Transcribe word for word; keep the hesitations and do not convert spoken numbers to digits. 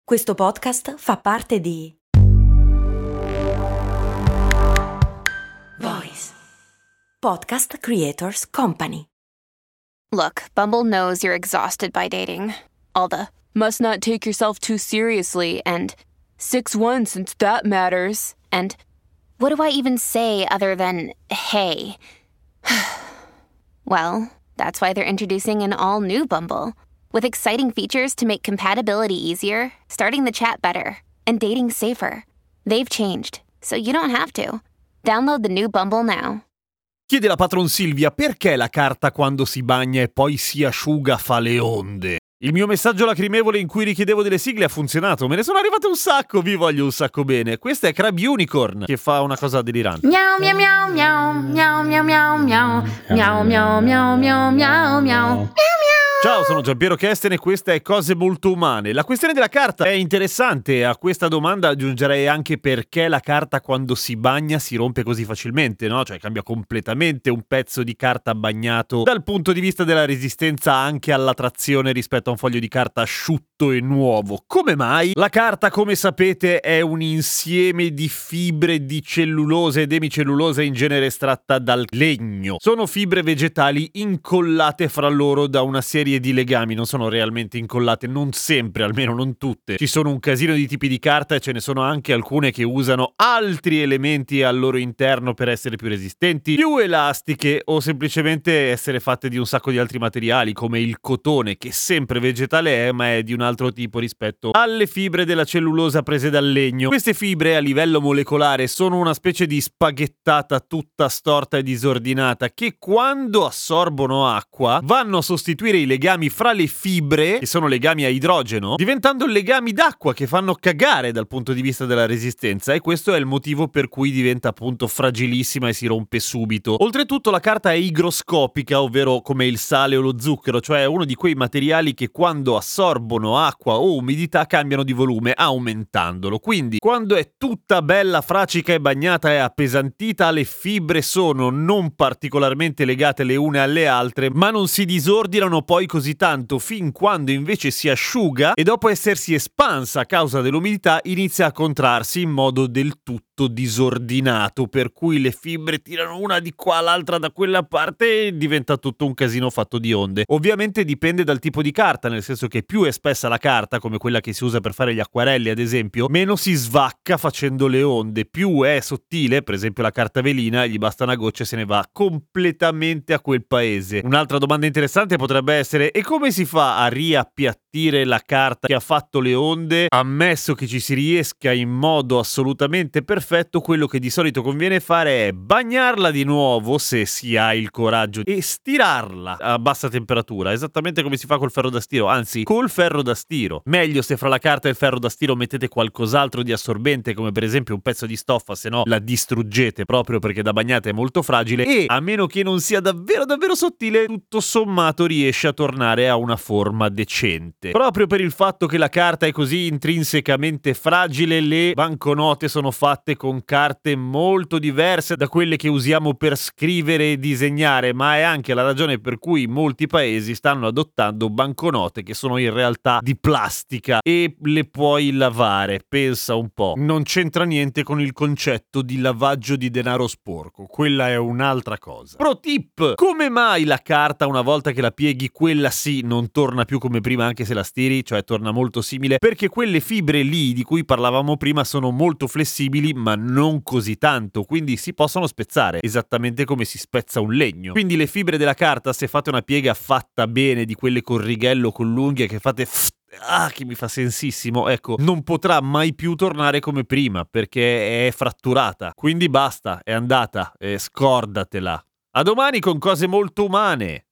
Questo podcast fa parte di Voice Podcast Creators Company. Look, Bumble knows you're exhausted by dating. All the must not take yourself too seriously and six one since that matters. And what do I even say other than hey? Well, that's why they're introducing an all-new Bumble with exciting features to make compatibility easier, starting the chat better, and dating safer. They've changed, so you don't have to. Download the new Bumble now. Chiede la patron Silvia perché la carta quando si bagna e poi si asciuga fa le onde. Il mio messaggio lacrimevole in cui richiedevo delle sigle ha funzionato, me ne sono arrivate un sacco, vi voglio un sacco bene. Questa è Crab Unicorn, che fa una cosa delirante. Miau miau miau miau miau miau miau miau miau miau miau miau miau miau. Ciao, sono Giampiero Kesten e questa è Cose Molto Umane. La questione della carta è interessante, a questa domanda aggiungerei anche perché la carta quando si bagna si rompe così facilmente, no? Cioè cambia completamente un pezzo di carta bagnato dal punto di vista della resistenza anche alla trazione rispetto a un foglio di carta asciutto e nuovo. Come mai? La carta, come sapete, è un insieme di fibre di cellulosa ed emicellulose in genere estratta dal legno. Sono fibre vegetali incollate fra loro da una serie di legami, non sono realmente incollate, non sempre, almeno non tutte. Ci sono un casino di tipi di carta e ce ne sono anche alcune che usano altri elementi al loro interno per essere più resistenti, più elastiche o semplicemente essere fatte di un sacco di altri materiali come il cotone, che sempre vegetale è ma è di un altro tipo rispetto alle fibre della cellulosa prese dal legno. Queste fibre a livello molecolare sono una specie di spaghettata tutta storta e disordinata che quando assorbono acqua vanno a sostituire i legami legami fra le fibre, che sono legami a idrogeno, diventando legami d'acqua che fanno cagare dal punto di vista della resistenza, e questo è il motivo per cui diventa appunto fragilissima e si rompe subito. Oltretutto la carta è igroscopica, ovvero come il sale o lo zucchero, cioè uno di quei materiali che quando assorbono acqua o umidità cambiano di volume aumentandolo. Quindi quando è tutta bella fracica e bagnata e appesantita, le fibre sono non particolarmente legate le une alle altre, ma non si disordinano poi così tanto fin quando invece si asciuga e dopo essersi espansa a causa dell'umidità inizia a contrarsi in modo del tutto disordinato, per cui le fibre tirano una di qua, l'altra da quella parte e diventa tutto un casino fatto di onde. Ovviamente dipende dal tipo di carta, nel senso che più è spessa la carta, come quella che si usa per fare gli acquarelli ad esempio, meno si svacca facendo le onde. Più è sottile, per esempio la carta velina, gli basta una goccia e se ne va completamente a quel paese. Un'altra domanda interessante potrebbe essere: e come si fa a riappiattire la carta che ha fatto le onde? Ammesso che ci si riesca in modo assolutamente perfetto, quello che di solito conviene fare è bagnarla di nuovo, se si ha il coraggio, e stirarla a bassa temperatura, esattamente come si fa col ferro da stiro, anzi col ferro da stiro. Meglio se fra la carta e il ferro da stiro mettete qualcos'altro di assorbente, come per esempio un pezzo di stoffa, se no la distruggete proprio perché da bagnata è molto fragile, e a meno che non sia davvero davvero sottile, tutto sommato riesce a tornare a una forma decente. Proprio per il fatto che la carta è così intrinsecamente fragile, le banconote sono fatte con carte molto diverse da quelle che usiamo per scrivere e disegnare, ma è anche la ragione per cui molti paesi stanno adottando banconote che sono in realtà di plastica e le puoi lavare. Pensa un po', non c'entra niente con il concetto di lavaggio di denaro sporco, quella è un'altra cosa. Pro tip: come mai la carta una volta che la pieghi, quella sì, non torna più come prima anche se la stiri, cioè torna molto simile? Perché quelle fibre lì di cui parlavamo prima sono molto flessibili ma non così tanto, quindi si possono spezzare esattamente come si spezza un legno. Quindi le fibre della carta, se fate una piega fatta bene, di quelle con righello, con l'unghia che fate f- ah, che mi fa sensissimo, ecco, non potrà mai più tornare come prima perché è fratturata. Quindi basta, è andata, eh, scordatela. A domani con Cose Molto Umane.